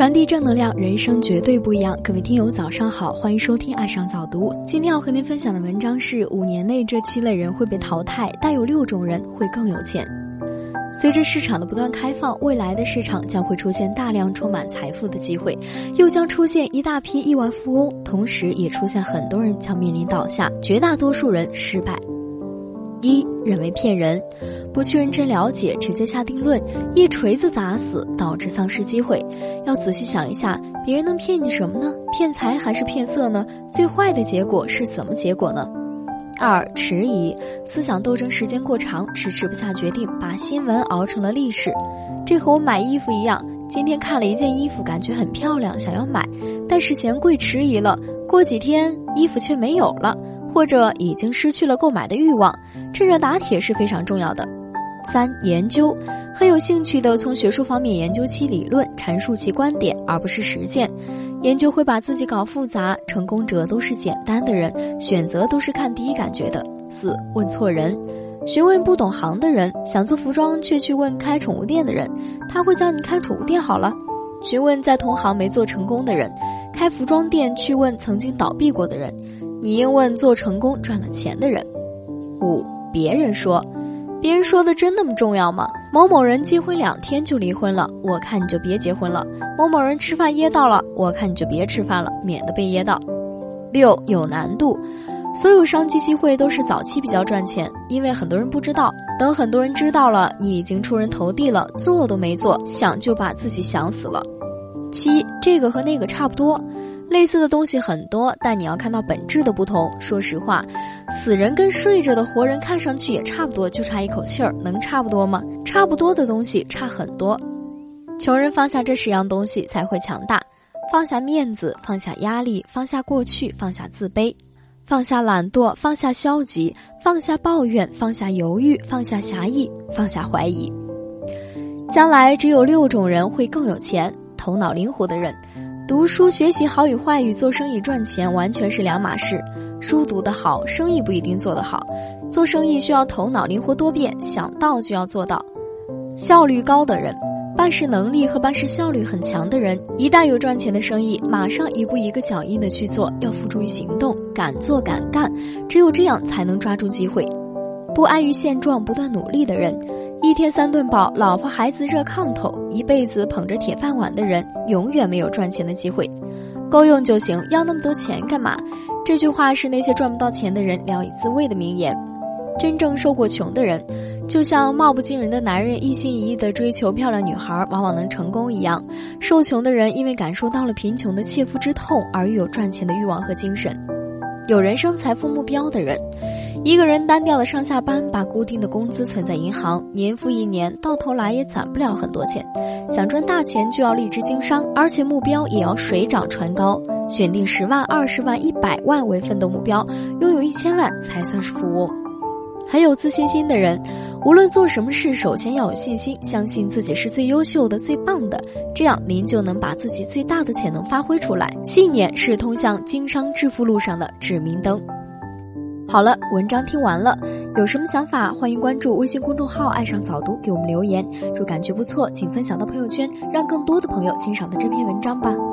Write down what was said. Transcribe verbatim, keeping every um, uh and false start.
传递正能量，人生绝对不一样。各位听友早上好，欢迎收听爱上早读。今天要和您分享的文章是五年内这七类人会被淘汰，但有六种人会更有钱。随着市场的不断开放，未来的市场将会出现大量充满财富的机会，又将出现一大批亿万富翁，同时也出现很多人将面临倒下，绝大多数人失败。一、认为骗人，不去认真了解，直接下定论，一锤子砸死，导致丧失机会。要仔细想一下，别人能骗你什么呢？骗财还是骗色呢？最坏的结果是怎么结果呢？二、迟疑，思想斗争时间过长，迟迟不下决定，把新闻熬成了历史。这和我买衣服一样，今天看了一件衣服，感觉很漂亮，想要买，但是嫌贵迟疑了，过几天衣服却没有了，或者已经失去了购买的欲望。趁热打铁是非常重要的。三、研究，很有兴趣地从学术方面研究其理论，阐述其观点，而不是实践。研究会把自己搞复杂，成功者都是简单的人，选择都是看第一感觉的。四、问错人，询问不懂行的人，想做服装却去问开宠物店的人，他会教你开宠物店好了。询问在同行没做成功的人，开服装店去问曾经倒闭过的人，你应问做成功赚了钱的人。五、别人说，别人说的真那么重要吗？某某人结婚两天就离婚了，我看你就别结婚了。某某人吃饭噎到了，我看你就别吃饭了，免得被噎到。六、有难度，所有商机机会都是早期比较赚钱，因为很多人不知道，等很多人知道了，你已经出人头地了，做都没做，想就把自己想死了。七、这个和那个差不多，类似的东西很多，但你要看到本质的不同。说实话，死人跟睡着的活人看上去也差不多，就差一口气儿，能差不多吗？差不多的东西差很多。穷人放下这十样东西才会强大，放下面子，放下压力，放下过去，放下自卑，放下懒惰，放下消极，放下抱怨，放下犹豫，放下狭义，放下怀疑。将来只有六种人会更有钱：头脑灵活的人。读书学习好与坏与做生意赚钱完全是两码事，书读得好，生意不一定做得好。做生意需要头脑灵活多变，想到就要做到。效率高的人，办事能力和办事效率很强的人，一旦有赚钱的生意，马上一步一个脚印的去做，要付诸于行动，敢做敢干，只有这样才能抓住机会。不安于现状，不断努力的人，一天三顿饱，老婆孩子热炕头，一辈子捧着铁饭碗的人，永远没有赚钱的机会。够用就行，要那么多钱干嘛？这句话是那些赚不到钱的人聊以自慰的名言。真正受过穷的人，就像貌不惊人的男人一心一意地追求漂亮女孩往往能成功一样，受穷的人因为感受到了贫穷的切肤之痛而拥有赚钱的欲望和精神。有人生财富目标的人，一个人单调的上下班，把固定的工资存在银行，年复一年，到头来也攒不了很多钱。想赚大钱就要立志经商，而且目标也要水涨船高，选定十万、二十万、一百万为奋斗目标，拥有一千万才算是富翁。很有自信心的人，无论做什么事，首先要有信心，相信自己是最优秀的、最棒的，这样您就能把自己最大的潜能发挥出来。信念是通向经商致富路上的指明灯。好了，文章听完了，有什么想法欢迎关注微信公众号爱上早读给我们留言，如感觉不错请分享到朋友圈，让更多的朋友欣赏到这篇文章吧。